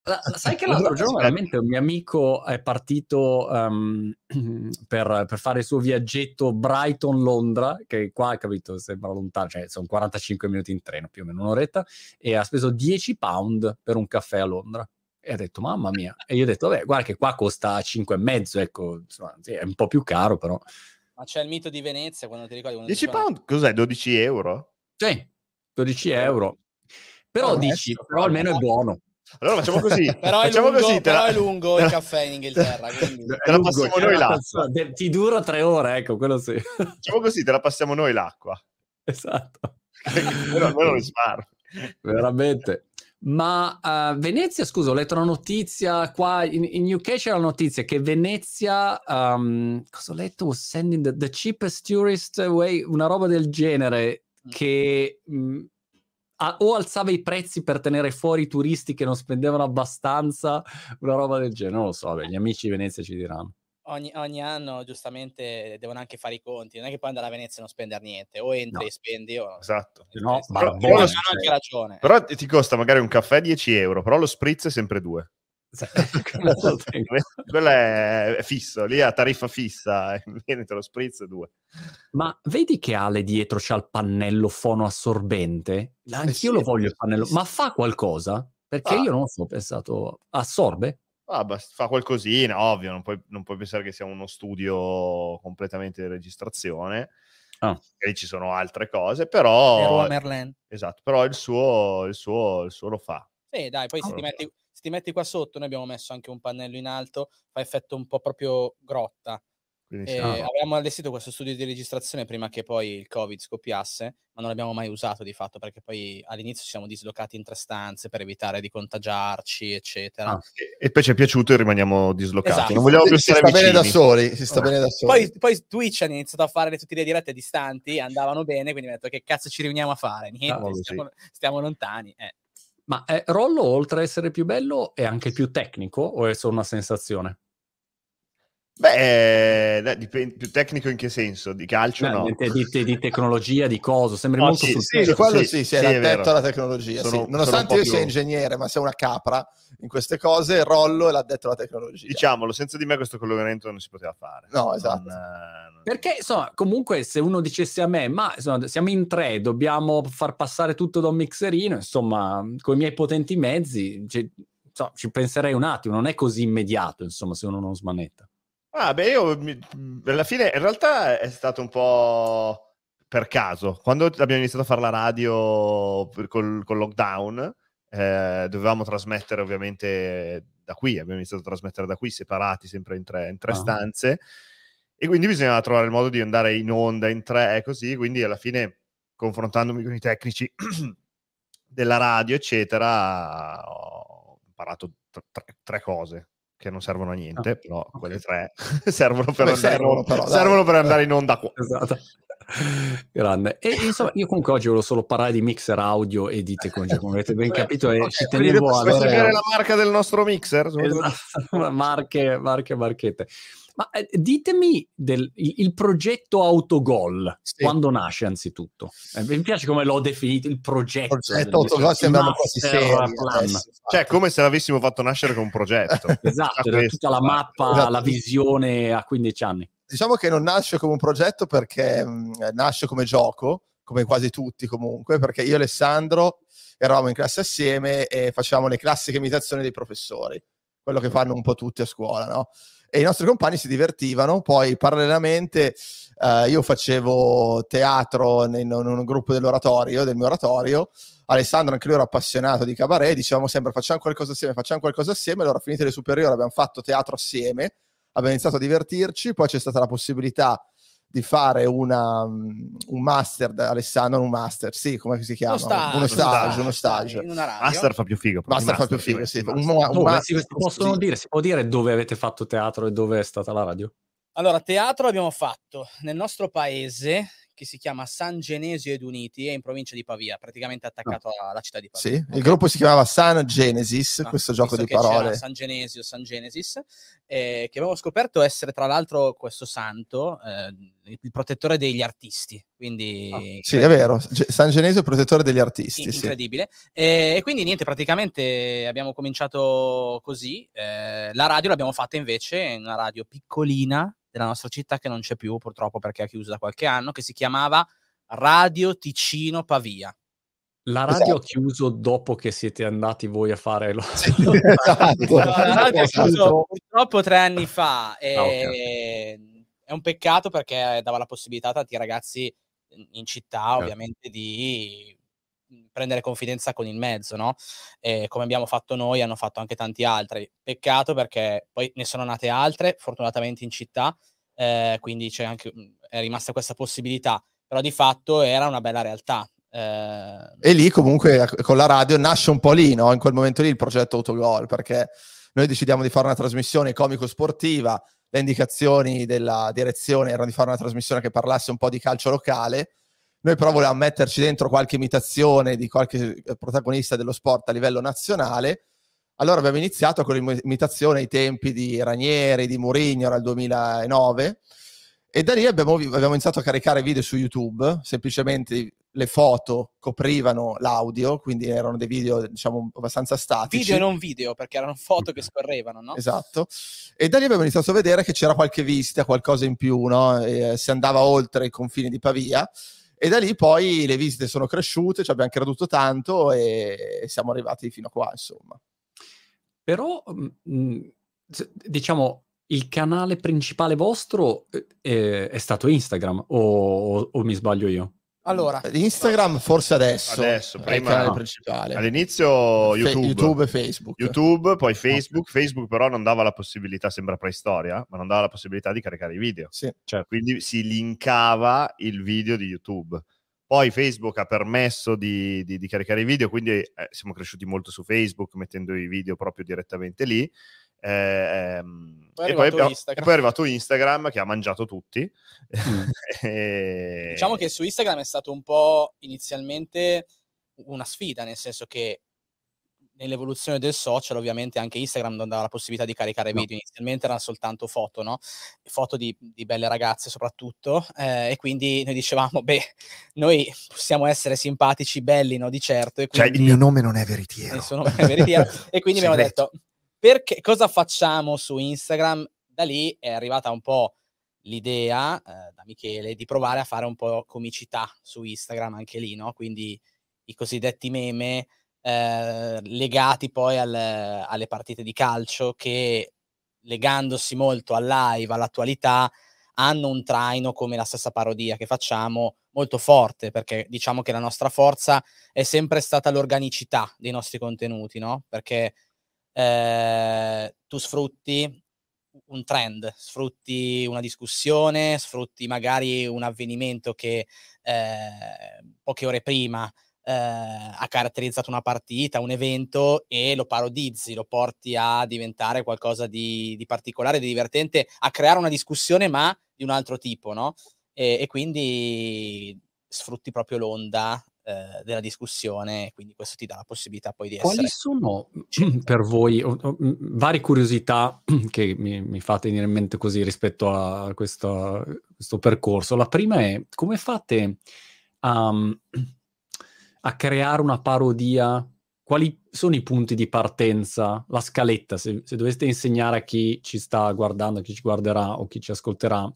Sai che l'altro giorno veramente un mio amico è partito per fare il suo viaggetto Brighton-Londra, che qua, capito, sembra lontano, cioè sono 45 minuti in treno, più o meno un'oretta, e ha speso 10 pound per un caffè a Londra. E ha detto, mamma mia. E io ho detto, vabbè, guarda che qua costa 5,5, ecco, insomma, sì, è un po' più caro, però. Ma c'è il mito di Venezia, quando ti ricordi? 10 pound, cos'è? 12 euro? Sì, 12 euro. Però dici, però almeno è buono. Allora facciamo così. Però è facciamo lungo, così, però è lungo il caffè in Inghilterra. Quindi... te la passiamo noi l'acqua. Ti dura 3 ore, ecco, quello sì. Facciamo così, te la passiamo noi l'acqua. Esatto. Almeno risparmi. Veramente. Ma Venezia, scusa, ho letto una notizia qua in UK, c'era la notizia che Venezia, cosa ho letto? Was sending the cheapest tourist way, una roba del genere, che o alzava i prezzi per tenere fuori i turisti che non spendevano abbastanza, una roba del genere, non lo so, gli amici di Venezia ci diranno. Ogni anno giustamente devono anche fare i conti, non è che puoi andare a Venezia e non spendere niente, o entri e spendi o... Esatto. No, hanno anche ragione. Però ti costa magari un caffè 10 euro, però lo spritz è sempre 2. Quello è fisso, lì a tariffa fissa, viene te lo spritz 2. Ma vedi che Ale dietro c'ha il pannello fonoassorbente? Anch'io lo voglio il pannello, ma fa qualcosa? Perché io non so, ho pensato, assorbe? Fa qualcosina, ovvio, non puoi pensare che sia uno studio completamente di registrazione. E ci sono altre cose, però esatto, però il suo lo fa. Sì, dai, poi se ti metti qua sotto, noi abbiamo messo anche un pannello in alto, fa effetto un po' proprio grotta. Avevamo allestito questo studio di registrazione prima che poi il Covid scoppiasse, ma non l'abbiamo mai usato di fatto, perché poi all'inizio ci siamo dislocati in 3 stanze per evitare di contagiarci, eccetera. E poi ci è piaciuto e rimaniamo dislocati. Esatto. Non vogliamo più stare vicini. Si sta bene da soli. Poi Twitch hanno iniziato a fare tutte le dirette distanti, andavano bene, quindi mi ha detto che cazzo ci riuniamo a fare? Niente, stiamo lontani. Ma Rollo, oltre a essere più bello, è anche più tecnico o è solo una sensazione? Beh, dipende, più tecnico in che senso? Di calcio no? Di tecnologia, di coso, sembri molto sul quello sì, è l'addetto alla tecnologia. Nonostante io sia ingegnere, ma sia una capra in queste cose, Rollo è l'addetto alla tecnologia. Diciamolo, senza di me questo collegamento non si poteva fare. No, esatto. Perché, insomma, comunque se uno dicesse a me, ma insomma, siamo in 3, dobbiamo far passare tutto da un mixerino, insomma, con i miei potenti mezzi, ci penserei un attimo, non è così immediato, insomma, se uno non smanetta. Io alla fine in realtà è stato un po' per caso. Quando abbiamo iniziato a fare la radio col lockdown, dovevamo trasmettere ovviamente da qui, abbiamo iniziato a trasmettere da qui, separati sempre in tre stanze, e quindi bisognava trovare il modo di andare in onda in 3 e così, quindi alla fine, confrontandomi con i tecnici della radio, eccetera, ho imparato 3 cose che non servono a niente, però quelle 3 servono per andare in onda qua. Esatto. Grande. E insomma, io comunque oggi volevo solo parlare di mixer audio e di tecnologia, come avete ben capito, e ci tenevo a avere la marca del nostro mixer. Esatto, marchette. Ma ditemi il progetto Autogol, quando nasce anzitutto? Mi piace come l'ho definito, il progetto Autogol sembra quasi serio. Cioè, come se l'avessimo fatto nascere con un progetto. Esatto, tutta la mappa, la visione a 15 anni. Diciamo che non nasce come un progetto perché nasce come gioco, come quasi tutti comunque, perché io e Alessandro eravamo in classe assieme e facevamo le classiche imitazioni dei professori, quello che fanno un po' tutti a scuola, no? E i nostri compagni si divertivano. Poi parallelamente io facevo teatro in un gruppo del mio oratorio. Alessandro, anche lui era appassionato di cabaret, dicevamo sempre facciamo qualcosa assieme. Allora, finite le superiori, abbiamo fatto teatro assieme, abbiamo iniziato a divertirci, poi c'è stata la possibilità di fare un master da Alessandro, non un master, sì, come si chiama? Uno stage. In una radio. Master fa più figo. Sì. Si può dire dove avete fatto teatro e dove è stata la radio? Allora, teatro abbiamo fatto nel nostro paese, che si chiama San Genesio ed Uniti, è in provincia di Pavia, praticamente attaccato alla città di Pavia. Sì, il gruppo si chiamava San Genesis, questo gioco di parole. San Genesio, San Genesis, che abbiamo scoperto essere tra l'altro questo santo, il protettore degli artisti. Quindi sì, è vero, San Genesio è il protettore degli artisti. Incredibile. Sì. E quindi niente, praticamente abbiamo cominciato così. La radio l'abbiamo fatta invece in una radio piccolina della nostra città che non c'è più purtroppo perché ha chiuso da qualche anno, che si chiamava Radio Ticino Pavia. La radio ha chiuso dopo che siete andati voi a fare lo... Esatto. La radio ha chiuso purtroppo 3 anni fa. Okay. È un peccato perché dava la possibilità a tanti ragazzi in città ovviamente di prendere confidenza con il mezzo, no? Come abbiamo fatto noi, hanno fatto anche tanti altri. Peccato perché poi ne sono nate altre, fortunatamente in città, quindi è rimasta questa possibilità, però di fatto era una bella realtà. E lì comunque con la radio nasce un po' lì, no? In quel momento lì il progetto Autogol, perché noi decidiamo di fare una trasmissione comico-sportiva, le indicazioni della direzione erano di fare una trasmissione che parlasse un po' di calcio locale. Noi però volevamo metterci dentro qualche imitazione di qualche protagonista dello sport a livello nazionale. Allora abbiamo iniziato con l'imitazione ai tempi di Ranieri, di Mourinho, era il 2009, e da lì abbiamo iniziato a caricare video su YouTube, semplicemente le foto coprivano l'audio, quindi erano dei video, diciamo, abbastanza statici. Video e non video, perché erano foto che scorrevano, no? Esatto. E da lì abbiamo iniziato a vedere che c'era qualche visita, qualcosa in più, no? Si andava oltre i confini di Pavia. E da lì poi le visite sono cresciute, ci abbiamo creduto tanto e siamo arrivati fino a qua, insomma. Però, diciamo, il canale principale vostro è stato Instagram o mi sbaglio io? Allora, Instagram forse adesso prima è il canale principale. All'inizio YouTube e Facebook. YouTube, poi Facebook però non dava la possibilità, sembra preistoria, ma non dava la possibilità di caricare i video. Sì. Certo. Quindi si linkava il video di YouTube. Poi Facebook ha permesso di caricare i video, quindi siamo cresciuti molto su Facebook, mettendo i video proprio direttamente lì. Poi è arrivato Instagram che ha mangiato tutti. Diciamo che su Instagram è stato un po' inizialmente una sfida, nel senso che nell'evoluzione del social ovviamente anche Instagram non dava la possibilità di caricare video, inizialmente erano soltanto foto, no? Foto di belle ragazze soprattutto, e quindi noi dicevamo, noi possiamo essere simpatici, belli, no? Di certo. E quindi, il mio nome non è veritiero. Il suo nome è veritiero. E quindi abbiamo detto, perché cosa facciamo su Instagram? Da lì è arrivata un po' l'idea da Michele di provare a fare un po' comicità su Instagram anche lì, no? Quindi i cosiddetti meme legati poi alle partite di calcio che, legandosi molto al live, all'attualità, hanno un traino, come la stessa parodia che facciamo, molto forte, perché diciamo che la nostra forza è sempre stata l'organicità dei nostri contenuti, no? Perché tu sfrutti un trend, sfrutti una discussione, sfrutti magari un avvenimento che poche ore prima ha caratterizzato una partita, un evento, e lo parodizzi, lo porti a diventare qualcosa di particolare, di divertente, a creare una discussione ma di un altro tipo, no? E quindi sfrutti proprio l'onda della discussione, quindi questo ti dà la possibilità poi di essere... Quali sono per voi varie curiosità che mi fate venire in mente così rispetto a questo percorso? La prima è: come fate a creare una parodia? Quali sono i punti di partenza, la scaletta, se doveste insegnare a chi ci sta guardando, a chi ci guarderà o chi ci ascolterà,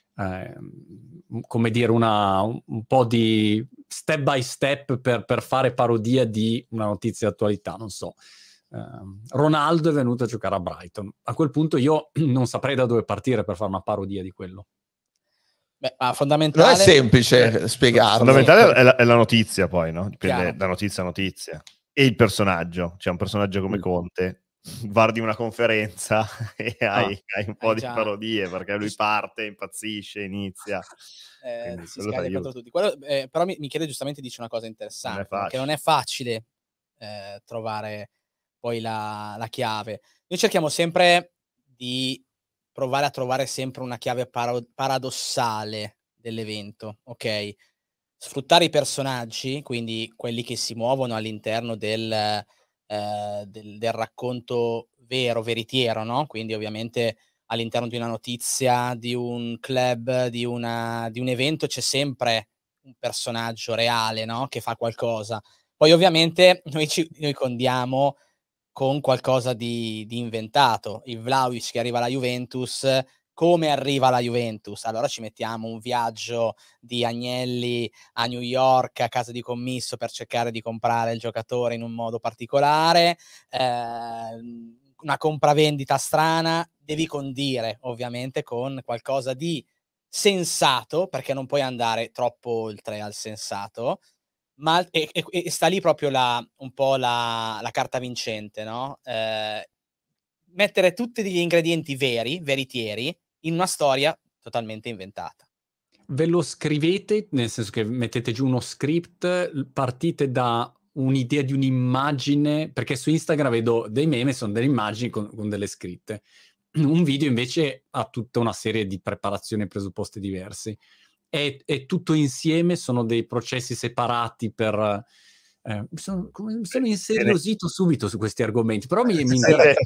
come dire, un po' di step by step per fare parodia di una notizia di attualità, non so. Ronaldo è venuto a giocare a Brighton. A quel punto io non saprei da dove partire per fare una parodia di quello. Fondamentale... Non è semplice spiegarlo. Fondamentale è la notizia, poi, no? Dipende Chiaro. da notizia a notizia. E il personaggio. C'è un personaggio come Conte, guardi una conferenza e hai un po' di parodie, perché lui parte, impazzisce, inizia. Si scaglia contro tutti. Però Michele giustamente dice una cosa interessante, che non è facile trovare poi la chiave. Noi cerchiamo sempre di provare a trovare sempre una chiave paradossale dell'evento, ok? Sfruttare i personaggi, quindi quelli che si muovono all'interno del racconto vero, veritiero, no? Quindi ovviamente all'interno di una notizia, di un club, di un evento c'è sempre un personaggio reale, no? Che fa qualcosa. Poi ovviamente noi condiamo con qualcosa di inventato. Il Vlahovic che arriva alla Juventus, come arriva alla Juventus? Allora ci mettiamo un viaggio di Agnelli a New York, a casa di commisso, per cercare di comprare il giocatore in un modo particolare, una compravendita strana. Devi condire ovviamente con qualcosa di sensato, perché non puoi andare troppo oltre al sensato, ma e sta lì proprio un po' la carta vincente, no? Mettere tutti gli ingredienti veri, veritieri, in una storia totalmente inventata. Ve lo scrivete, nel senso che mettete giù uno script, partite da un'idea di un'immagine, perché su Instagram vedo dei meme, sono delle immagini con delle scritte. Un video invece ha tutta una serie di preparazioni e presupposti diversi. E tutto insieme sono dei processi separati per... mi sono inseriosito subito su questi argomenti, però mi interessa.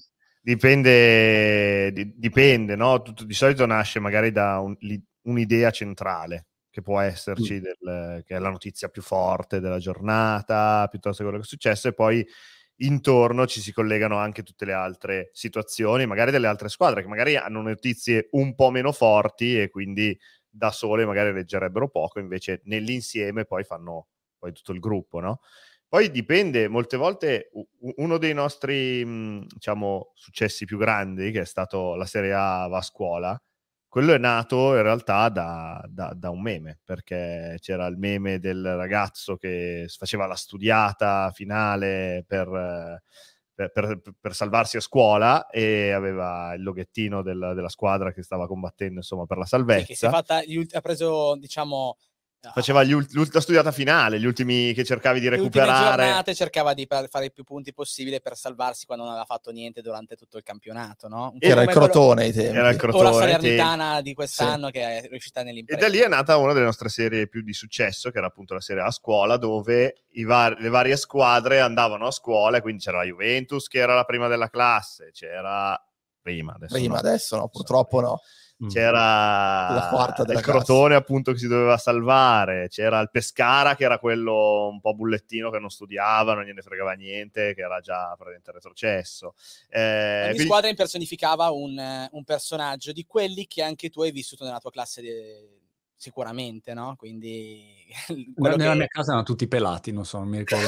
Dipende, no? Tutto di solito nasce magari da un'idea centrale, che può esserci, che è la notizia più forte della giornata, piuttosto che quello che è successo, e poi intorno ci si collegano anche tutte le altre situazioni, magari delle altre squadre, che magari hanno notizie un po' meno forti e quindi da sole magari leggerebbero poco, invece nell'insieme poi fanno poi tutto il gruppo, no? Poi dipende, molte volte uno dei nostri diciamo successi più grandi, che è stato la Serie A va a scuola, quello è nato in realtà da un meme, perché c'era il meme del ragazzo che faceva la studiata finale per salvarsi a scuola e aveva il loghettino della squadra che stava combattendo, insomma, per la salvezza. Sì, ha preso, diciamo... Faceva l'ultima studiata finale, gli ultimi che cercavi di recuperare. Le ultime giornate cercava di fare i più punti possibile per salvarsi quando non aveva fatto niente durante tutto il campionato, no? Era il Crotone ai tempi. Era il Crotone, o la Salernitana di quest'anno, sì, che è riuscita nell'impresa. E da lì è nata una delle nostre serie più di successo, che era appunto la Serie A scuola, dove le varie squadre andavano a scuola, e quindi c'era la Juventus che era la prima della classe, c'era adesso no, purtroppo no. C'era la quarta della il Crotone, appunto, che si doveva salvare, c'era il Pescara che era quello un po' bullettino che non studiava, non gliene fregava niente, che era già praticamente retrocesso. Ogni squadra impersonificava un personaggio di quelli che anche tu hai vissuto nella tua classe sicuramente, no? Quindi nella mia casa erano tutti pelati, non so, non mi ricordo.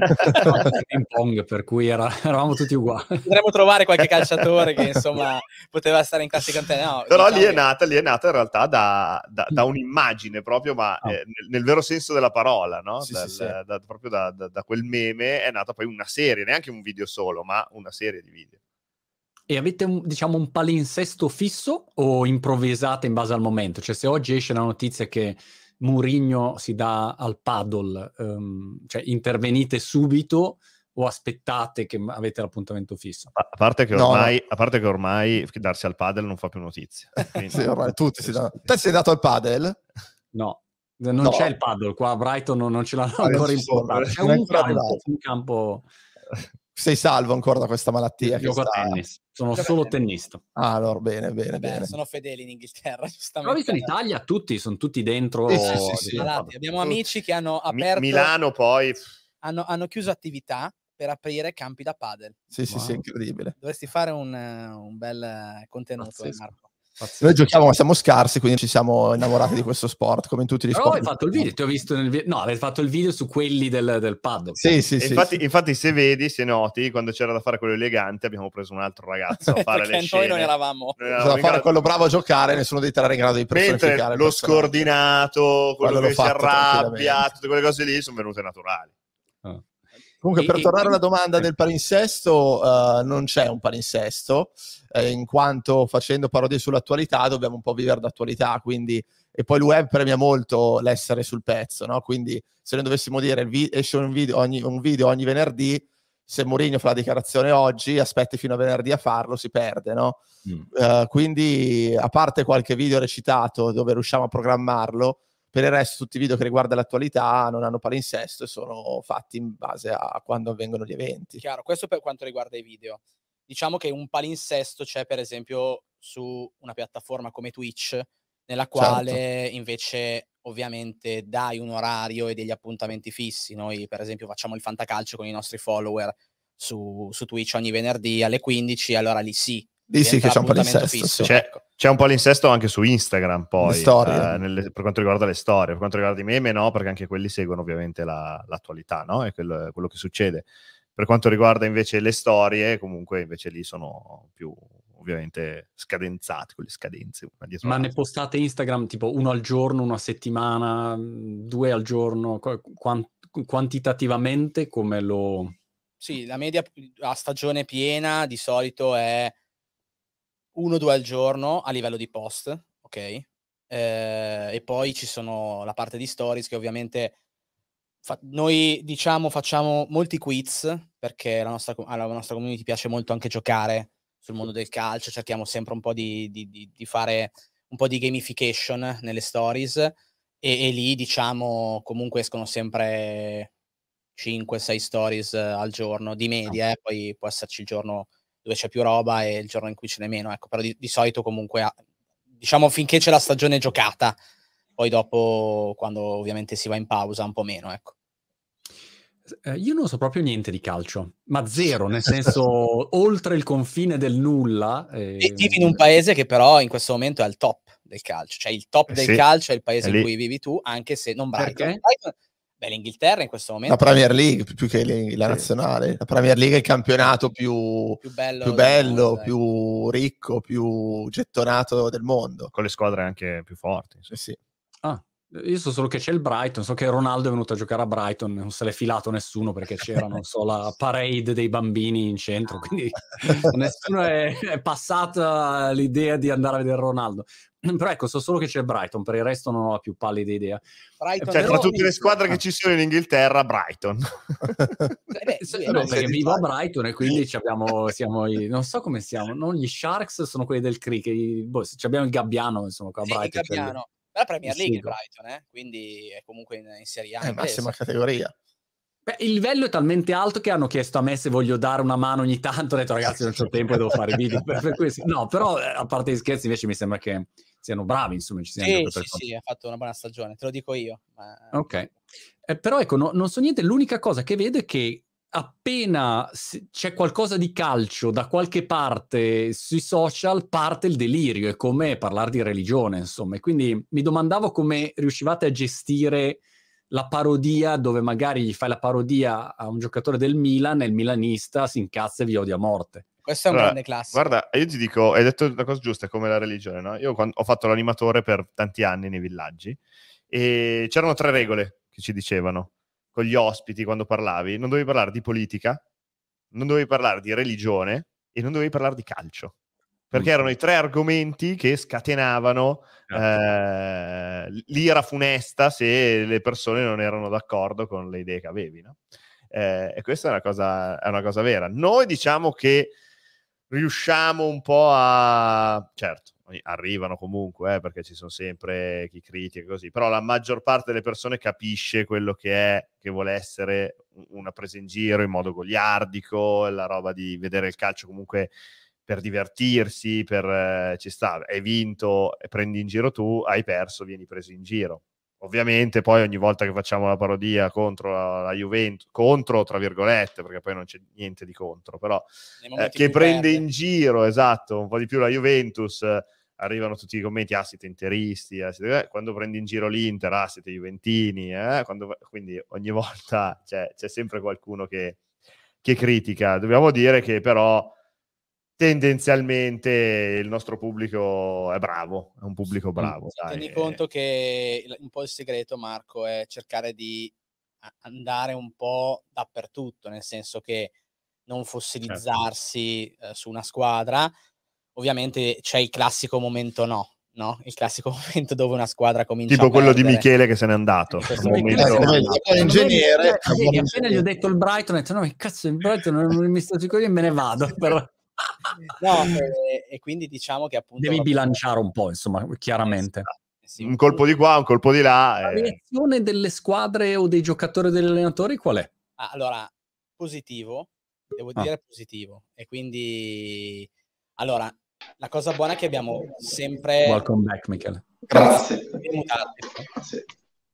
Ping pong, per cui eravamo tutti uguali. Potremmo trovare qualche calciatore che insomma poteva stare in classe con te, no? Però diciamo lì è nata in realtà da un'immagine proprio, ma nel vero senso della parola, no? Sì, proprio da quel meme è nata poi una serie, neanche un video solo, ma una serie di video. E avete un palinsesto fisso o improvvisate in base al momento? Cioè, se oggi esce la notizia che Mourinho si dà al paddle, cioè intervenite subito o aspettate che avete l'appuntamento fisso? A parte che ormai darsi al paddle non fa più notizia. Sì, ormai tutti si danno. Te sei dato al paddle? No, non c'è il paddle qua a Brighton, non ce l'hanno ancora importato. C'è un campo... Sei salvo ancora da questa malattia? Gioco a tennis, sono solo tennista. Ah, allora bene. Sono fedeli in Inghilterra, giustamente. Però visto in Italia sono tutti dentro. Sì. Abbiamo amici che hanno aperto... Milano poi... Hanno chiuso attività per aprire campi da padel. Sì, incredibile. Dovresti fare un bel contenuto, Marco. Noi giochiamo ma siamo scarsi, quindi ci siamo innamorati di questo sport, come in tutti gli sport. Però hai fatto il video, ti ho visto nel video. No, avete fatto il video su quelli del paddle. Sì. Infatti se noti, quando c'era da fare quello elegante, abbiamo preso un altro ragazzo a fare le scene. Noi non eravamo a fare quello bravo a giocare, nessuno dei tre era in grado di personificare. Mentre lo scordinato, quello che si arrabbia, tutte quelle cose lì sono venute naturali. Comunque, per tornare alla domanda del palinsesto, non c'è un palinsesto, in quanto facendo parodie sull'attualità dobbiamo un po' vivere d'attualità, quindi, e poi il web premia molto l'essere sul pezzo, no? Quindi se noi dovessimo dire esce un video ogni venerdì, se Mourinho fa la dichiarazione oggi, aspetti fino a venerdì a farlo, si perde, no? Quindi, a parte qualche video recitato dove riusciamo a programmarlo, per il resto tutti i video che riguardano l'attualità non hanno palinsesto e sono fatti in base a quando avvengono gli eventi. Chiaro, questo per quanto riguarda i video. Diciamo che un palinsesto c'è per esempio su una piattaforma come Twitch, nella quale invece ovviamente dai un orario e degli appuntamenti fissi. Noi per esempio facciamo il fantacalcio con i nostri follower su Twitch ogni venerdì alle 15, allora lì sì. Lì sì che c'è un palinsesto. Fisso, Sì. ecco. C'è un palinsesto anche su Instagram poi, storie. per quanto riguarda le storie. Per quanto riguarda i meme no, perché anche quelli seguono ovviamente l'attualità, no? E quello che succede. Per quanto riguarda invece le storie, comunque invece lì sono più ovviamente scadenzati, con le scadenze. Ma ne postate Instagram tipo uno al giorno, una settimana, 2 al giorno? Quantitativamente come lo... Sì, la media a stagione piena di solito è 1-2 al giorno a livello di post, ok? E poi ci sono la parte di stories che ovviamente noi diciamo facciamo molti quiz perché alla nostra community piace molto anche giocare sul mondo del calcio, cerchiamo sempre un po' di fare un po' di gamification nelle stories e lì diciamo comunque escono sempre 5-6 stories al giorno di media, poi può esserci il giorno dove c'è più roba e il giorno in cui ce n'è meno, ecco, però di solito comunque diciamo finché c'è la stagione giocata, poi dopo quando ovviamente si va in pausa un po' meno, ecco. Io non so proprio niente di calcio, ma zero, nel senso oltre il confine del nulla. Vivi in un paese che però in questo momento è al top del calcio, cioè il top del calcio è il paese in cui vivi tu, anche se non Brighton. Perché? Beh, l'Inghilterra in questo momento... La Premier League, più che la nazionale. La Premier League è il campionato più bello, più ricco, più gettonato del mondo. Con le squadre anche più forti. Sì. Io so solo che c'è il Brighton, so che Ronaldo è venuto a giocare a Brighton, non se l'è filato nessuno perché c'era, non so, la parade dei bambini in centro, quindi nessuno è passata l'idea di andare a vedere Ronaldo. Però ecco, so solo che c'è il Brighton, per il resto non ho la più pallida idea. Cioè, tra tutte le squadre che ci sono in Inghilterra, Brighton. No, perché vivo a Brighton e quindi siamo non so come siamo, non gli Sharks sono quelli del cricket, abbiamo il Gabbiano, insomma, qua a Brighton. Il Gabbiano. La Premier League il Brighton, quindi è comunque in Serie A. Massima categoria. Beh, il livello è talmente alto che hanno chiesto a me se voglio dare una mano ogni tanto. Ho detto, ragazzi, non c'ho tempo e devo fare video per questo. No, però a parte gli scherzi, invece mi sembra che siano bravi, insomma. Sì, ha fatto una buona stagione, te lo dico io. Ok. Però ecco, non so niente, l'unica cosa che vedo è che appena c'è qualcosa di calcio da qualche parte sui social, parte il delirio, è come parlare di religione, insomma. E quindi mi domandavo come riuscivate a gestire la parodia, dove magari gli fai la parodia a un giocatore del Milan e il milanista si incazza e vi odia a morte. Questo è un grande classico. Guarda, io ti dico, hai detto una cosa giusta, è come la religione, no? Io ho fatto l'animatore per tanti anni nei villaggi e c'erano 3 regole che ci dicevano con gli ospiti quando parlavi: non dovevi parlare di politica, non dovevi parlare di religione e non dovevi parlare di calcio, perché erano i 3 argomenti che scatenavano l'ira funesta se le persone non erano d'accordo con le idee che avevi, no? E questa è una cosa vera. Noi diciamo che riusciamo un po' certo, arrivano comunque, perché ci sono sempre chi critica così, però la maggior parte delle persone capisce quello che vuole essere una presa in giro in modo goliardico, la roba di vedere il calcio comunque per divertirsi, ci sta, hai vinto e prendi in giro tu, hai perso, vieni preso in giro. Ovviamente poi ogni volta che facciamo la parodia contro la Juventus, contro tra virgolette, perché poi non c'è niente di contro, però che prende in giro, esatto, un po' di più la Juventus, arrivano tutti i commenti, siete interisti, quando prendi in giro l'Inter, siete juventini, quindi ogni volta c'è sempre qualcuno che critica. Dobbiamo dire che però tendenzialmente il nostro pubblico è bravo, è un pubblico bravo. Tieni conto che un po' il segreto, Marco, è cercare di andare un po' dappertutto, nel senso che non fossilizzarsi su una squadra. Ovviamente c'è il classico momento no, no? Il classico momento dove una squadra comincia Tipo a quello di perdere. Michele che se n'è andato. Questo Un momento- Ingegnere. Vedi, appena gli ho detto il Brighton, ho detto no, che cazzo il Brighton non mi sto sicuro, me ne vado. No, e quindi diciamo che appunto Devi bilanciare un po', insomma, chiaramente. sì, un colpo di qua, un colpo di là. La reazione delle squadre o dei giocatori o degli allenatori qual è? Allora, positivo, devo dire positivo. E quindi, allora, la cosa buona è che abbiamo sempre... Welcome back, Michele. Grazie. Sì.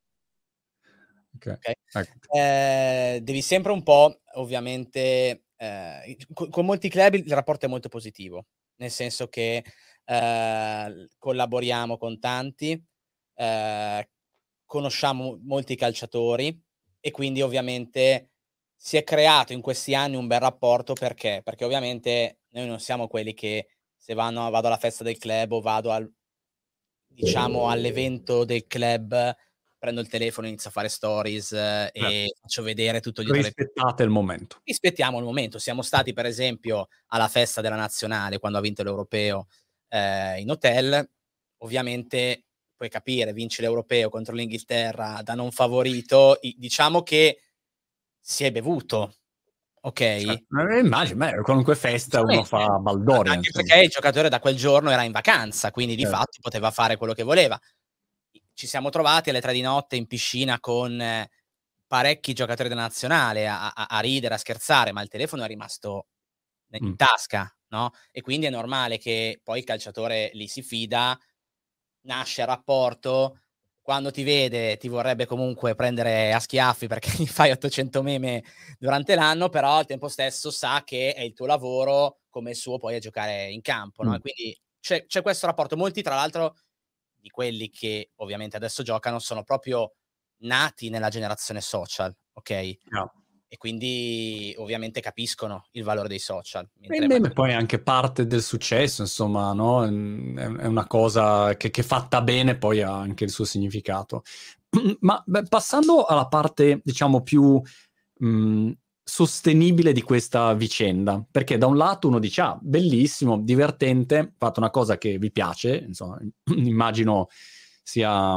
Okay. Devi sempre un po', ovviamente, con molti club il rapporto è molto positivo, nel senso che collaboriamo con tanti, conosciamo molti calciatori e quindi ovviamente si è creato in questi anni un bel rapporto. Perché ovviamente noi non siamo quelli che se vado alla festa del club o vado all'evento del club, prendo il telefono, inizio a fare stories e faccio vedere tutto dietro le... Rispettate il momento. Rispettiamo il momento. Siamo stati per esempio alla festa della nazionale quando ha vinto l'europeo in hotel. Ovviamente puoi capire, vince l'europeo contro l'Inghilterra da non favorito, diciamo che si è bevuto, ok? Immagino, qualunque festa uno fa baldoria. Anche perché il giocatore da quel giorno era in vacanza, quindi di fatto poteva fare quello che voleva. Ci siamo trovati alle 3 di notte in piscina con parecchi giocatori della nazionale a ridere, a scherzare, ma il telefono è rimasto in tasca, no? E quindi è normale che poi il calciatore lì si fida, nasce il rapporto, quando ti vede ti vorrebbe comunque prendere a schiaffi perché gli fai 800 meme durante l'anno, però al tempo stesso sa che è il tuo lavoro come il suo poi a giocare in campo, no? E quindi c'è questo rapporto. Molti, tra l'altro, di quelli che ovviamente adesso giocano sono proprio nati nella generazione social, ok? No. E quindi ovviamente capiscono il valore dei social. E il meme poi è anche parte del successo, insomma, no? È una cosa che fatta bene poi ha anche il suo significato. Ma passando alla parte, diciamo, più sostenibile di questa vicenda, perché da un lato uno dice, bellissimo, divertente, fate una cosa che vi piace, insomma, immagino sia...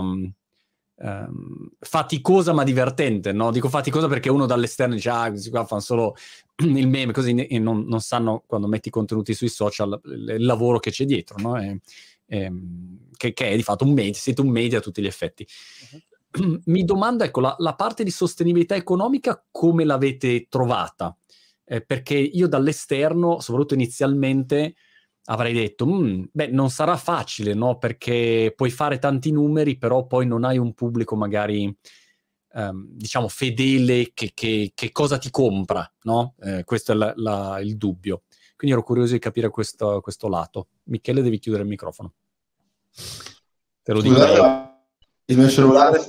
faticosa ma divertente, no? Dico faticosa perché uno dall'esterno dice questi qua fanno solo il meme così e non sanno quando metti contenuti sui social il lavoro che c'è dietro, no? Che è di fatto un media, siete un media a tutti gli effetti. Mi domando, ecco, la parte di sostenibilità economica come l'avete trovata? Perché io dall'esterno, soprattutto inizialmente, avrei detto, non sarà facile, no? Perché puoi fare tanti numeri, però poi non hai un pubblico magari, diciamo, fedele che cosa ti compra, no? Questo è il dubbio. Quindi ero curioso di capire questo lato. Michele, devi chiudere il microfono. Te lo dico. Il mio cellulare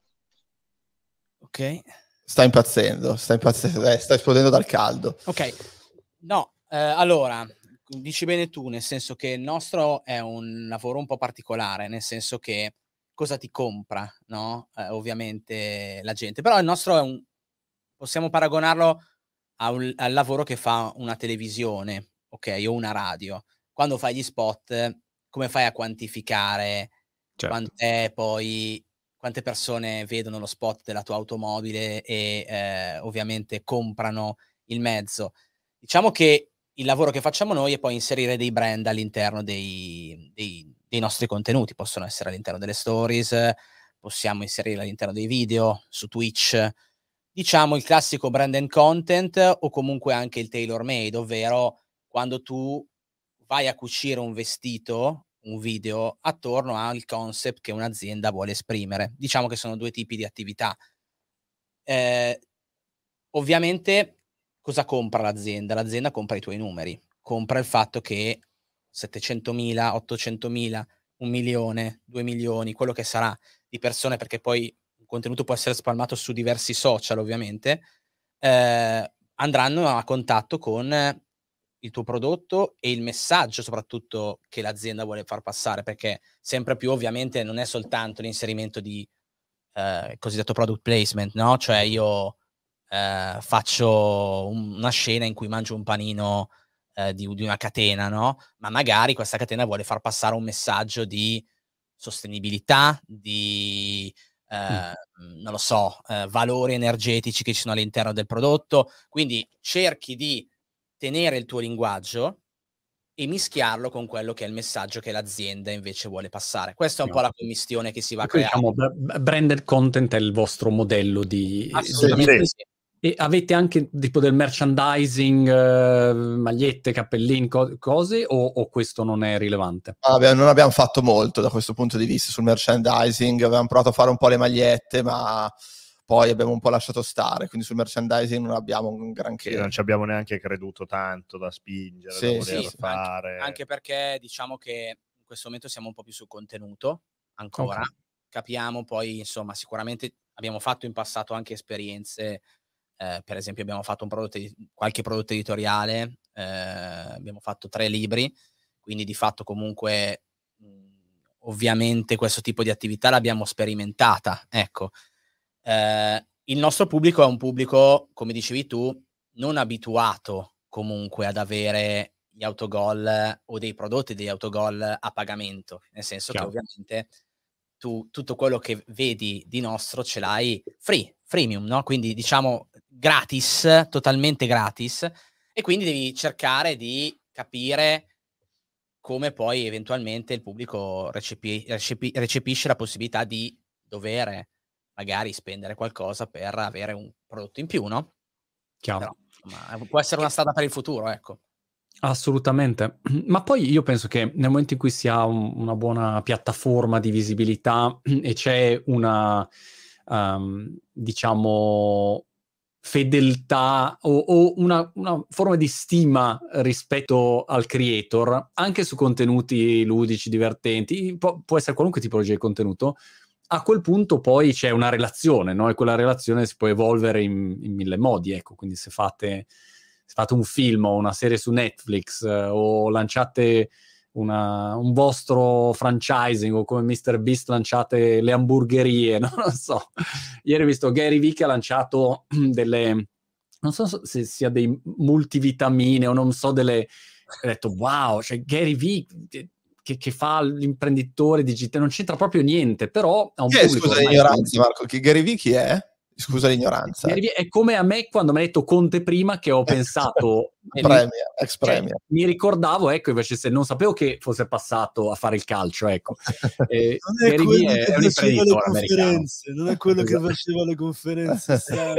sta impazzendo, sta esplodendo dal caldo. Ok, no, allora... Dici bene tu, nel senso che il nostro è un lavoro un po' particolare, nel senso che cosa ti compra, no? Ovviamente la gente, però il nostro è possiamo paragonarlo al lavoro che fa una televisione, ok? O una radio. Quando fai gli spot, come fai a quantificare quante persone vedono lo spot della tua automobile e ovviamente comprano il mezzo? Diciamo che il lavoro che facciamo noi è poi inserire dei brand all'interno dei nostri contenuti. Possono essere all'interno delle stories, possiamo inserirli all'interno dei video, su Twitch. Diciamo il classico brand and content o comunque anche il tailor made, ovvero quando tu vai a cucire un vestito, un video, attorno al concept che un'azienda vuole esprimere. Diciamo che sono due tipi di attività. Ovviamente... Cosa compra l'azienda? L'azienda compra i tuoi numeri, compra il fatto che 700.000, 800.000, 1 milione, 2 milioni, quello che sarà di persone, perché poi il contenuto può essere spalmato su diversi social ovviamente, andranno a contatto con il tuo prodotto e il messaggio soprattutto che l'azienda vuole far passare, perché sempre più ovviamente non è soltanto l'inserimento di cosiddetto product placement, no? Cioè io... faccio una scena in cui mangio un panino di una catena, no? Ma magari questa catena vuole far passare un messaggio di sostenibilità, di non lo so, valori energetici che ci sono all'interno del prodotto. Quindi cerchi di tenere il tuo linguaggio e mischiarlo con quello che è il messaggio che l'azienda invece vuole passare. Questa è un po' la commistione che si va a creare. Diciamo, branded content è il vostro modello di... Assolutamente sì. E avete anche tipo del merchandising, magliette, cappellini, cose, o questo non è rilevante? Non abbiamo fatto molto da questo punto di vista sul merchandising, avevamo provato a fare un po' le magliette, ma poi abbiamo un po' lasciato stare, quindi sul merchandising non abbiamo un granché. Sì, non ci abbiamo neanche creduto tanto da spingere, da voler fare. Anche perché diciamo che in questo momento siamo un po' più sul contenuto, ancora. Okay. Capiamo poi, insomma, sicuramente abbiamo fatto in passato anche esperienze. Per esempio abbiamo fatto qualche prodotto editoriale, abbiamo fatto 3 libri, quindi di fatto comunque ovviamente questo tipo di attività l'abbiamo sperimentata, ecco. Il nostro pubblico è un pubblico, come dicevi tu, non abituato comunque ad avere gli autogol o dei prodotti degli autogol a pagamento, nel senso che ovviamente tu tutto quello che vedi di nostro ce l'hai freemium, no? Quindi diciamo gratis, totalmente gratis, e quindi devi cercare di capire come poi eventualmente il pubblico recepisce la possibilità di dover magari spendere qualcosa per avere un prodotto in più, no? Chiaro. Però, insomma, può essere una strada per il futuro, ecco. Assolutamente, ma poi io penso che nel momento in cui si ha una buona piattaforma di visibilità e c'è una, diciamo, fedeltà o una forma di stima rispetto al creator, anche su contenuti ludici, divertenti, può essere qualunque tipologia di contenuto, a quel punto poi c'è una relazione, no? E quella relazione si può evolvere in 1000 modi, ecco, quindi se fate un film o una serie su Netflix o lanciate un vostro franchising o come MrBeast lanciate le hamburgerie, no? Non so. Ieri ho visto Gary Vee che ha lanciato delle, non so se sia dei multivitamine o non so, delle... Ho detto wow, cioè Gary Vee che fa l'imprenditore digitale, non c'entra proprio niente, però ha un pubblico... Scusa l'ignoranza, Marco, Gary Vee chi è? Scusa l'ignoranza. È come a me quando mi ha detto Conte prima, che ho pensato ex Premier. Mi ricordavo, ecco, invece se non sapevo che fosse passato a fare il calcio, ecco. Non è quello che faceva le conferenze, non è quello che faceva le conferenze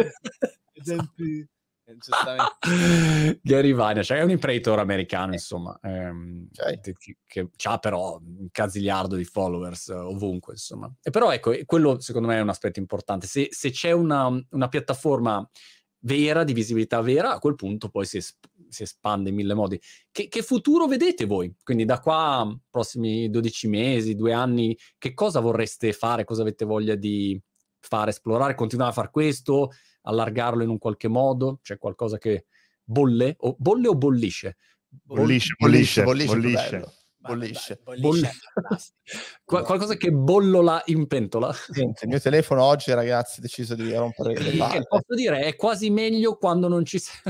Gary Vaynerchuk è un imprenditore americano, insomma, che ha però un casiliardo di followers ovunque, insomma. E però ecco, quello secondo me è un aspetto importante. Se c'è una piattaforma vera, di visibilità vera, a quel punto poi si espande in 1000 modi. Che futuro vedete voi? Quindi da qua, prossimi 12 mesi, 2 anni, che cosa vorreste fare? Cosa avete voglia di fare, esplorare, continuare a fare questo, allargarlo in un qualche modo? C'è qualcosa che bolle o bollisce? Bollisce. Qualcosa che bollola in pentola. Senti, il mio telefono oggi, ragazzi, ha deciso di rompere le palle. Posso dire, è quasi meglio quando non ci sei.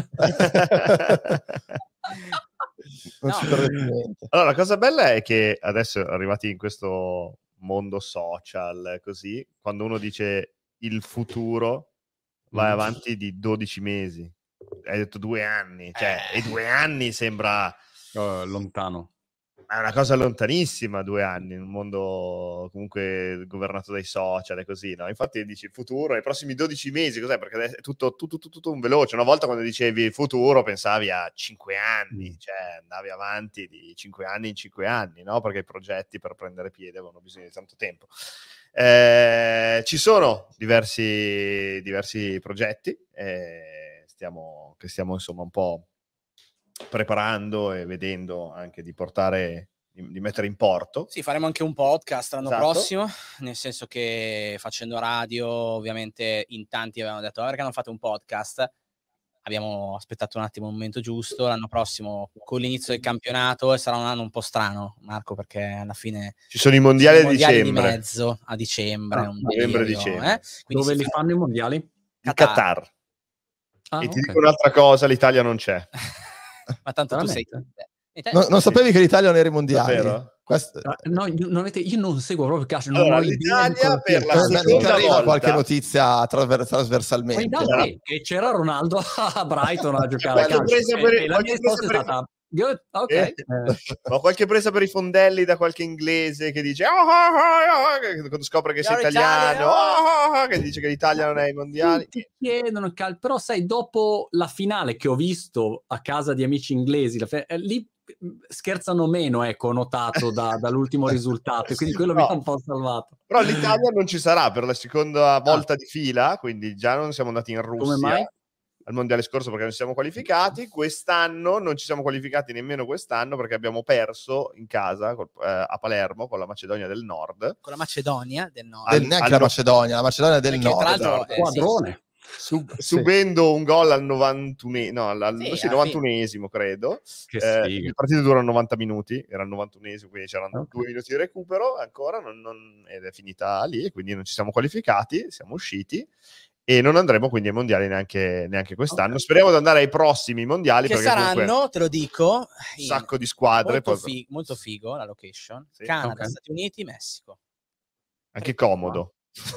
Ci perdete niente. Allora, la cosa bella è che adesso arrivati in questo mondo social, così, quando uno dice il futuro, vai avanti di 12 mesi. Hai detto 2 anni, cioè, e 2 anni sembra lontano. È una cosa lontanissima, 2 anni, in un mondo comunque governato dai social e così, no? Infatti dici il futuro, nei prossimi 12 mesi, cos'è? Perché adesso è tutto un veloce. Una volta quando dicevi il futuro pensavi a 5 anni, cioè andavi avanti di 5 anni in 5 anni, no? Perché i progetti per prendere piede avevano bisogno di tanto tempo. Ci sono diversi progetti, stiamo insomma un po' preparando e vedendo anche di portare, di mettere in porto. Sì, faremo anche un podcast l'anno prossimo, nel senso che facendo radio ovviamente in tanti avevano detto perché non fate un podcast. Abbiamo aspettato un attimo il momento giusto. L'anno prossimo con l'inizio del campionato e sarà un anno un po' strano, Marco, perché alla fine ci sono i mondiali a dicembre, di mezzo a dicembre, novembre-dicembre. Dove li fanno i mondiali? In Qatar. E ti dico un'altra cosa, l'Italia non c'è. Ma tanto tu sei... Non sapevi che l'Italia non era ai mondiali? Davvero? No, io non seguo proprio il calcio. Allora, non ho idea l'Italia per la non seconda arriva volta qualche notizia trasversalmente. Che c'era Ronaldo a Brighton a giocare a Qualche calcio. presa per- E la mia qualche presa risposta è per- stata good, ok. Ma qualche presa per i fondelli da qualche inglese che dice quando scopre che sei italiano, che dice che l'Italia non è ai mondiali. Ti chiedono però sai, dopo la finale che ho visto a casa di amici inglesi, lì scherzano meno, ecco, ho notato dall'ultimo risultato, e quindi quello mi ha un po' salvato. Però l'Italia non ci sarà per la seconda volta di fila, quindi già non siamo andati in Russia. Come mai? Al mondiale scorso perché non ci siamo qualificati, quest'anno non ci siamo qualificati nemmeno quest'anno perché abbiamo perso in casa a Palermo con la Macedonia del Nord. Con la Macedonia del Nord. Neanche la Macedonia del perché, Nord. tra l'altro, Quadrone. Subendo un gol al 91esimo credo. Il partito dura 90 minuti, era il 91esimo, quindi c'erano 2 minuti di recupero ancora, ed è finita lì, e quindi non ci siamo qualificati, siamo usciti e non andremo quindi ai mondiali neanche quest'anno. Speriamo di andare ai prossimi mondiali che saranno, te lo dico, un sacco di squadre, molto figo la location. Canada, Stati Uniti, Messico, anche comodo.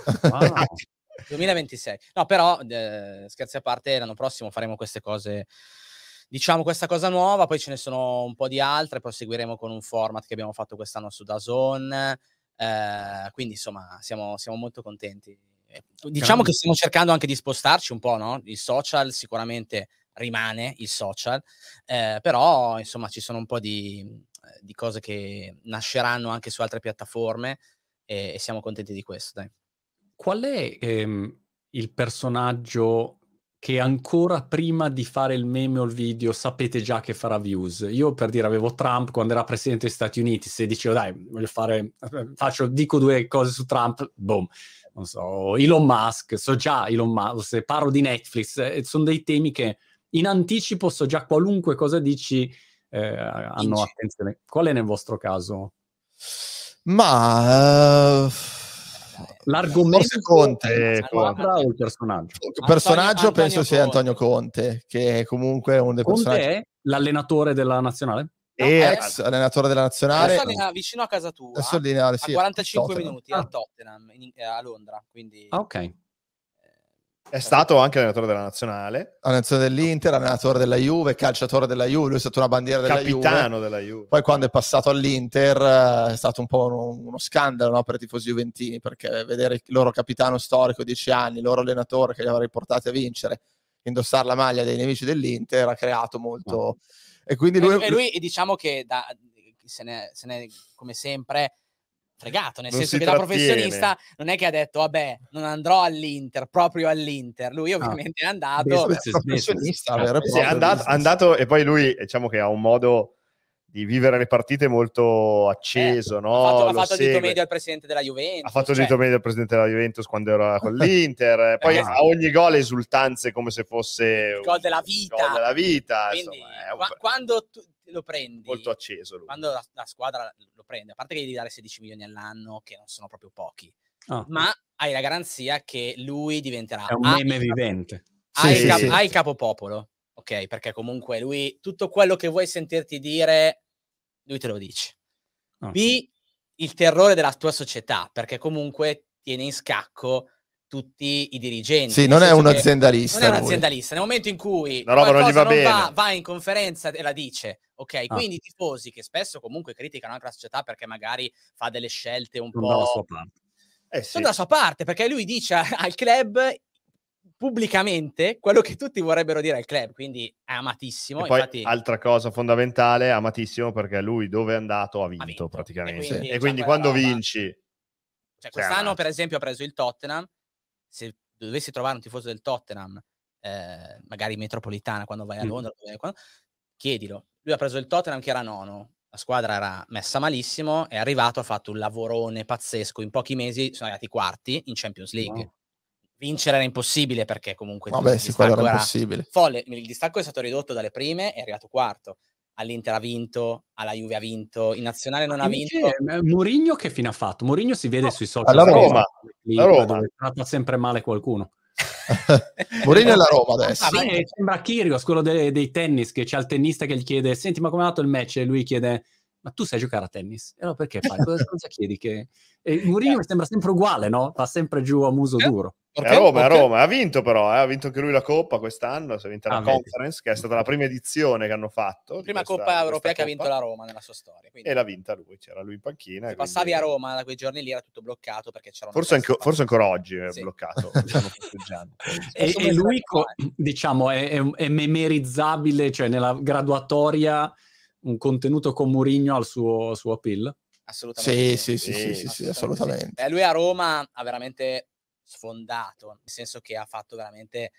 2026. No, però scherzi a parte, l'anno prossimo faremo queste cose, diciamo, questa cosa nuova, poi ce ne sono un po' di altre, poi seguiremo con un format che abbiamo fatto quest'anno su DAZN, quindi insomma siamo molto contenti. Diciamo che stiamo cercando anche di spostarci un po', no? Il social sicuramente rimane il social, però insomma ci sono un po' di cose che nasceranno anche su altre piattaforme e siamo contenti di questo, dai. Qual è il personaggio che ancora prima di fare il meme o il video sapete già che farà views? Io, per dire, avevo Trump quando era presidente degli Stati Uniti, se dicevo dai, dico 2 cose su Trump, boom. Non so, Elon Musk, so già Elon Musk, se parlo di Netflix, sono dei temi che in anticipo so già qualunque cosa dici, hanno attenzione. Qual è nel vostro caso? Ma l'argomento Conte, squadra o il personaggio? Il personaggio penso sia Antonio Conte, che è comunque uno dei personaggi. Conte è l'allenatore della nazionale? Ex allenatore della nazionale. Adesso vicino a casa tua, a 45 minuti a Tottenham, a Londra. Quindi... ok. È stato anche allenatore della nazionale, allenatore dell'Inter, allenatore della Juve, calciatore della Juve, lui è stato una bandiera della capitano della Juve. Poi quando è passato all'Inter è stato un po' uno scandalo, no, per i tifosi juventini, perché vedere il loro capitano storico 10 anni, il loro allenatore che li aveva riportati a vincere, indossare la maglia dei nemici dell'Inter ha creato molto... E quindi lui diciamo che se ne come sempre fregato, nel senso che da professionista non è che ha detto vabbè non andrò all'Inter, proprio all'Inter, lui ovviamente è andato professionista, è andato e poi lui diciamo che ha un modo di vivere le partite molto acceso, no? Ha fatto il dito medio al presidente della Juventus, ha fatto il dito medio al presidente della Juventus quando era con l'Inter, poi a ogni gol esultanze come se fosse il gol della vita, quindi insomma, quando tu lo prendi molto acceso lui. Quando la squadra lo prende, a parte che gli devi dare 16 milioni all'anno che non sono proprio pochi, ma hai la garanzia che lui diventerà è un meme vivente, hai capopopolo, ok? Perché comunque lui tutto quello che vuoi sentirti dire lui te lo dice. B, il terrore della tua società, perché comunque tiene in scacco tutti i dirigenti. Sì, non è un aziendalista. Non è un aziendalista. Nel momento in cui la roba non gli va bene, va in conferenza e la dice, ok? Quindi i tifosi che spesso comunque criticano anche la società perché magari fa delle scelte un po'... dalla sua parte. Sono dalla sua parte, perché lui dice al club pubblicamente quello che tutti vorrebbero dire al club, quindi è amatissimo. E poi infatti, altra cosa fondamentale, amatissimo perché lui dove è andato ha vinto praticamente. E quindi quando vinci... Cioè, quest'anno per esempio ha preso il Tottenham. Se dovessi trovare un tifoso del Tottenham, magari in metropolitana, quando vai a Londra, chiedilo. Lui ha preso il Tottenham che era nono, la squadra era messa malissimo, è arrivato, ha fatto un lavorone pazzesco, in pochi mesi sono arrivati quarti in Champions League. Vincere era impossibile perché comunque il distacco era folle. Il distacco è stato ridotto dalle prime, è arrivato quarto. All'Inter ha vinto, alla Juve ha vinto, in nazionale non ha vinto. Mourinho che fine ha fatto? Mourinho si vede sui social. La Roma. Dove tratta sempre male qualcuno. Mourinho è la Roma adesso. Sembra Kyrgios, quello dei tennis, che c'è il tennista che gli chiede: senti, ma come è andato il match? E lui chiede: ma tu sai giocare a tennis? E allora perché fai? Cosa chiedi? Che... E Mourinho mi sembra sempre uguale, no? Va sempre giù a muso duro. È a Roma, ha vinto però, ha vinto anche lui la Coppa quest'anno, si è vinta la Conference, che è stata la prima edizione che hanno fatto. La prima Coppa europea che ha vinto la Roma nella sua storia. Quindi... E l'ha vinta lui, c'era lui in panchina. Se passavi a Roma da quei giorni lì era tutto bloccato perché c'era forse ancora oggi è bloccato. E lui, diciamo, è memorizzabile, cioè nella graduatoria un contenuto con Mourinho al suo appeal? Assolutamente. Sì, assolutamente. Lui a Roma ha veramente sfondato, nel senso che ha fatto veramente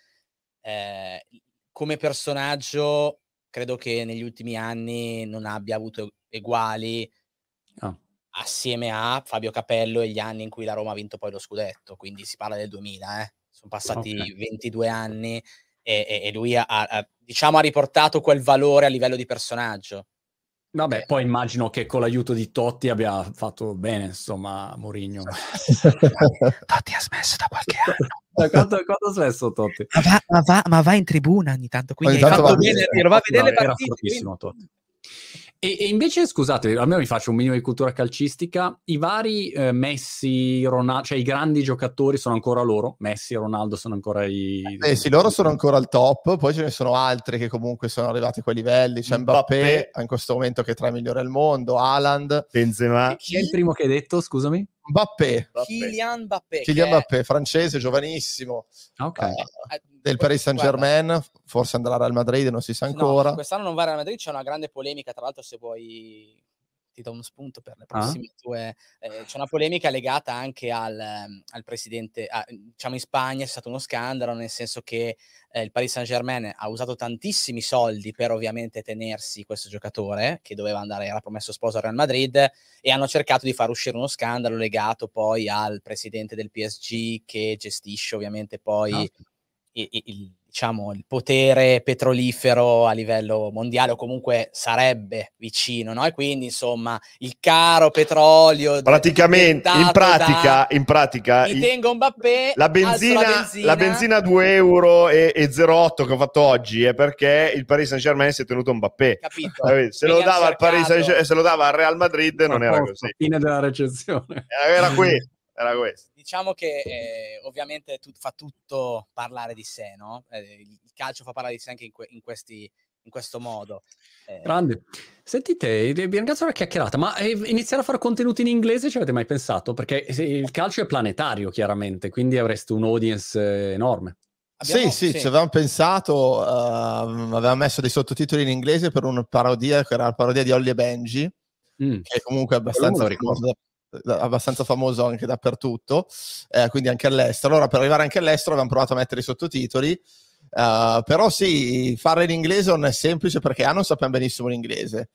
come personaggio, credo che negli ultimi anni non abbia avuto eguali assieme a Fabio Capello e gli anni in cui la Roma ha vinto poi lo scudetto, quindi si parla del 2000, sono passati 22 anni e lui ha riportato quel valore a livello di personaggio. Vabbè, poi immagino che con l'aiuto di Totti abbia fatto bene, insomma, Mourinho. Totti ha smesso da qualche anno. Quando ha smesso Totti? Ma va in tribuna ogni tanto, quindi hai fatto bene, va a vedere le partite. Era fortissimo Totti. E invece, scusate, almeno vi faccio un minimo di cultura calcistica, i vari Messi, Ronaldo, cioè i grandi giocatori sono ancora loro, Messi e Ronaldo sono ancora sì, loro sono ancora al top, poi ce ne sono altri che comunque sono arrivati a quei livelli, c'è Mbappé in questo momento che è tra i migliori al mondo, Haaland, Benzema. Chi è il primo che hai detto, scusami? Mbappé. Kylian Mbappé, francese, giovanissimo. Del Paris Saint-Germain, forse andrà al Real Madrid, non si sa ancora. No, quest'anno non va al Real Madrid, c'è una grande polemica, tra l'altro se vuoi ti do uno spunto per le prossime tue... c'è una polemica legata anche al presidente, diciamo in Spagna c'è stato uno scandalo, nel senso che il Paris Saint-Germain ha usato tantissimi soldi per ovviamente tenersi questo giocatore, che doveva andare, era promesso sposo al Real Madrid, e hanno cercato di far uscire uno scandalo legato poi al presidente del PSG che gestisce ovviamente poi il potere petrolifero a livello mondiale, o comunque sarebbe vicino, no? E quindi insomma il caro petrolio praticamente in pratica mi tengo Mbappé, la benzina 2 euro e 0,8 che ho fatto oggi è perché il Paris Saint-Germain si è tenuto Mbappé, capito? Se lo dava al Paris Saint-Germain, se lo dava al Real Madrid non era così, fine della recensione era questo. Diciamo che ovviamente fa tutto parlare di sé, no? Il calcio fa parlare di sé anche in questo modo. Grande. Sentite, vi ringrazio per la chiacchierata, ma iniziare a fare contenuti in inglese ci avete mai pensato? Perché il calcio è planetario, chiaramente, quindi avreste un audience enorme. Sì, ci avevamo pensato, avevamo messo dei sottotitoli in inglese per una parodia, che era la parodia di Holly e Benji, che comunque è abbastanza famoso anche dappertutto, quindi anche all'estero. Allora per arrivare anche all'estero abbiamo provato a mettere i sottotitoli, però sì, farlo in inglese non è semplice perché non sappiamo benissimo l'inglese,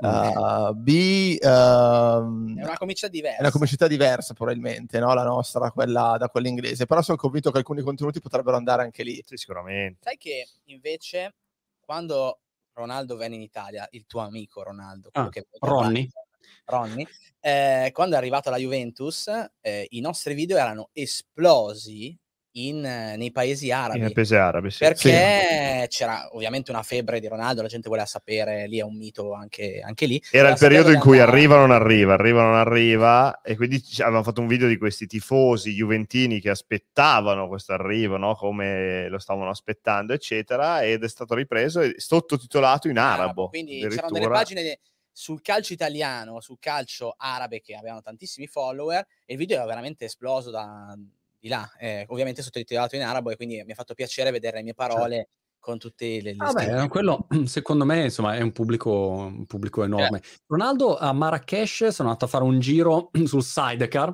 è una comicità diversa. È una comicità diversa probabilmente, no? La nostra da quella inglese, però sono convinto che alcuni contenuti potrebbero andare anche lì. Sì, sicuramente. Sai che invece quando Ronaldo venne in Italia, il tuo amico Ronaldo, Ronny, quando è arrivato alla Juventus, i nostri video erano esplosi nei paesi arabi, sì. Perché c'era ovviamente una febbre di Ronaldo, la gente voleva sapere, lì è un mito anche lì. Era il periodo in cui arriva o non arriva, e quindi avevamo fatto un video di questi tifosi juventini che aspettavano questo arrivo, no? Come lo stavano aspettando, eccetera, ed è stato ripreso e sottotitolato in arabo. Quindi c'erano delle pagine sul calcio italiano, sul calcio arabe che avevano tantissimi follower, e il video era veramente esploso di là, ovviamente sottotitolato in arabo, e quindi mi ha fatto piacere vedere le mie parole con tutte le quello secondo me insomma è un pubblico enorme. Ronaldo a Marrakesh sono andato a fare un giro sul sidecar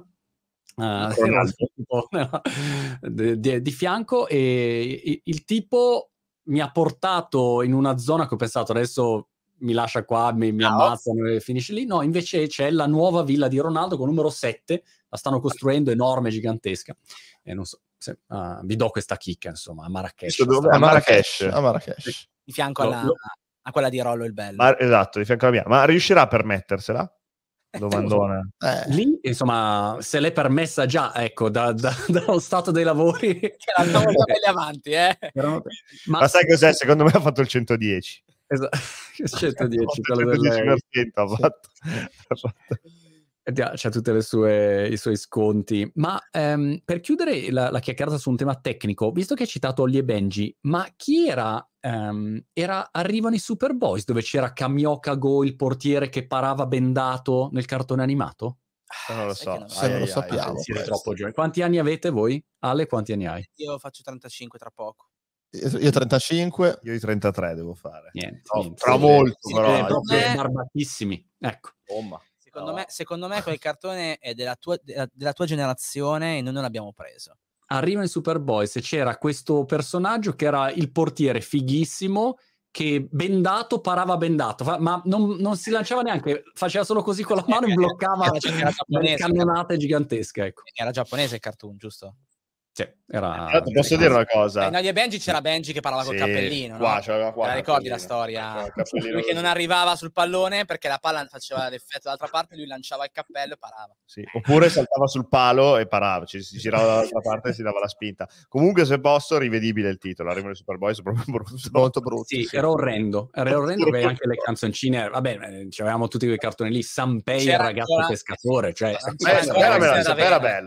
di fianco, e il tipo mi ha portato in una zona che ho pensato adesso mi lascia qua, mi ammazzano e finisce lì. No, invece c'è la nuova villa di Ronaldo con numero 7, la stanno costruendo, enorme, gigantesca, e non so se, vi do questa chicca, insomma, a Marrakesh. A Marrakesh. Di fianco a quella di Rollo il Bello. Esatto, di fianco alla mia. Ma riuscirà a permettersela? Domandona. Lì, insomma, se l'è permessa già, ecco, dallo stato dei lavori. Che l'hanno già belli avanti, Ma sai cos'è? Secondo me ha fatto il 110. Esatto. 110, quello 110% ha fatto. C'ha tutte i suoi sconti. Ma per chiudere la chiacchierata su un tema tecnico, visto che hai citato Holly e Benji, ma chi era? Arrivano i Superboys, dove c'era Kamioka Go, il portiere che parava bendato nel cartone animato? Non lo so. Se non lo sappiamo. Siete troppo giovani. Quanti anni avete voi? Ale, quanti anni hai? Io faccio 35 tra poco. Io 35. Io i 33 devo fare. Niente. Tra molto, sì, però. Proprio barbatissimi. Ecco. Secondo me quel cartone è della tua generazione e noi non l'abbiamo preso. Arriva in Superboys e c'era questo personaggio che era il portiere fighissimo che bendato parava bendato, ma non si lanciava neanche, faceva solo così con la mano e bloccava delle cannonate gigantesche. Ecco. Era giapponese il cartoon, giusto? Sì, era... Posso dire una cosa? In Holly e Benji c'era Benji che parlava col cappellino, qua, no? c'aveva qua la ricordi la storia? Lui che non arrivava sul pallone perché la palla faceva l'effetto dall'altra parte, lui lanciava il cappello e parava. Sì. Oppure saltava sul palo e parava, si girava dall'altra parte e si dava la spinta. Comunque, se posso, rivedibile il titolo. Arrivano i Superboys, proprio brutto. Molto brutto. Sì, era orrendo. Era orrendo, avevi anche le canzoncine. Vabbè, avevamo tutti quei cartoni lì. Sanpei, il ragazzo pescatore. Cioè, Sanpei era bello.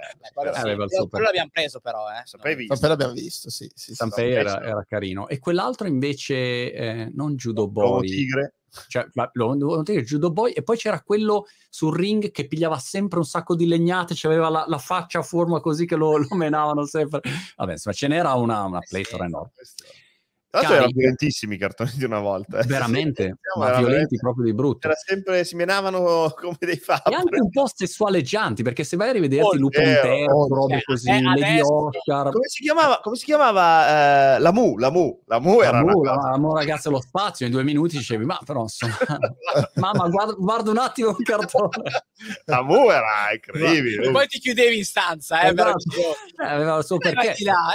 Quello l'abbiamo preso, però. Sanpei l'abbiamo visto, sì. Sanpei era carino. E quell'altro invece, non Judo Boy. Tigre. Cioè, Judo Boy, e poi c'era quello sul ring che pigliava sempre un sacco di legnate, c'aveva la faccia a forma così che lo menavano sempre. Vabbè, insomma, ce n'era una pletora enorme. Tra l'altro erano violentissimi i cartoni di una volta. Veramente, ma violenti proprio di brutto. Si menavano come dei fabbri. E anche un po' sessualeggianti, perché se vai a rivederti Lupo Intero, robe così, Lady Oscar... Come si chiamava? La Mu era la Mu ragazza allo spazio, in 2 minuti dicevi, ma però insomma... Mamma, guarda un attimo il cartone. La Mu era incredibile. E poi ti chiudevi in stanza, aveva il suo perché.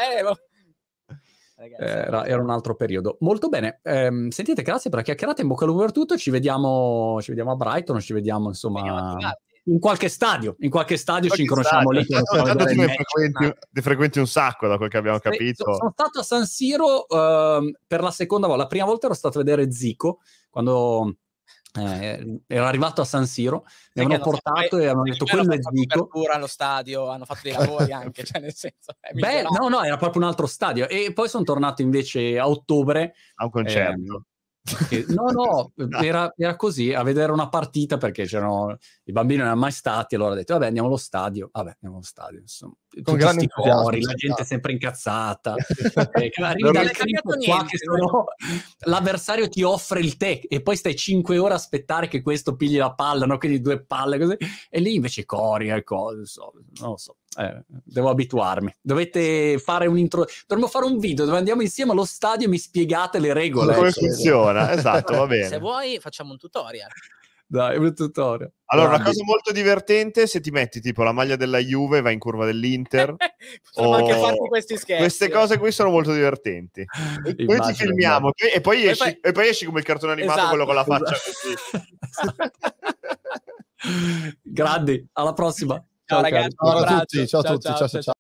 Era un altro periodo. Molto bene. Sentite, grazie per la chiacchierata, in bocca al lupo per tutto. Ci vediamo a Brighton, ci vediamo insomma in qualche stadio. Ci incrociamo lì. Ne frequenti un sacco, da quel che abbiamo capito. Sono stato a San Siro per la seconda volta. La prima volta ero stato a vedere Zico quando ero arrivato a San Siro, mi hanno portato e hanno detto quello è Zico. Allo stadio, hanno fatto dei lavori anche, cioè nel senso no, era proprio un altro stadio. E poi sono tornato invece a ottobre a un concerto. Era così, a vedere una partita, perché c'erano i bambini non erano mai stati, allora ho detto vabbè andiamo allo stadio, insomma, con grandi cuori, la gente è sempre incazzata. Arrivi dal campo qua che l'avversario ti offre il tè e poi stai 5 ore a aspettare che questo pigli la palla, no? Quindi 2 palle così, e lì invece cori e cose, non lo so. Devo abituarmi. Dovete fare dovremmo fare un video dove andiamo insieme allo stadio e mi spiegate le regole. Come funziona? Esatto, va bene. Se vuoi facciamo un tutorial. Dai, un tutorial. Allora, una cosa molto divertente, se ti metti tipo la maglia della Juve e vai in curva dell'Inter, potremmo anche farti questi scherzi. Queste cose qui sono molto divertenti. E poi ti filmiamo e poi esci come il cartone animato, quello con la faccia così. Grandi, alla prossima. Ciao ragazzi, ciao a tutti, ciao a tutti, ciao.